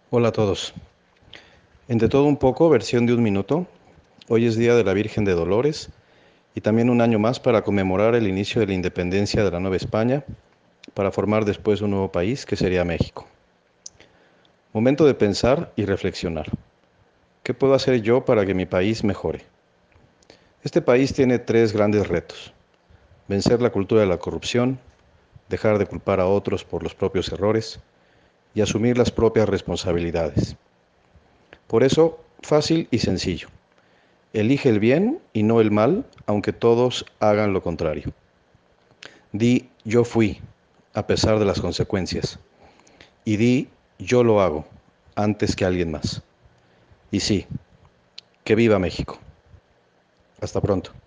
Hola a todos. En De Todo Un Poco, versión de un minuto, hoy es Día de la Virgen de Dolores y también un año más para conmemorar el inicio de la independencia de la Nueva España, para formar después un nuevo país que sería México. Momento de pensar y reflexionar. ¿Qué puedo hacer yo para que mi país mejore? Este país tiene tres grandes retos: vencer la cultura de la corrupción, dejar de culpar a otros por los propios errores y asumir las propias responsabilidades. Por eso, fácil y sencillo. Elige el bien y no el mal, aunque todos hagan lo contrario. Di yo fui, a pesar de las consecuencias. Y di yo lo hago, antes que alguien más. Y sí, que viva México. Hasta pronto.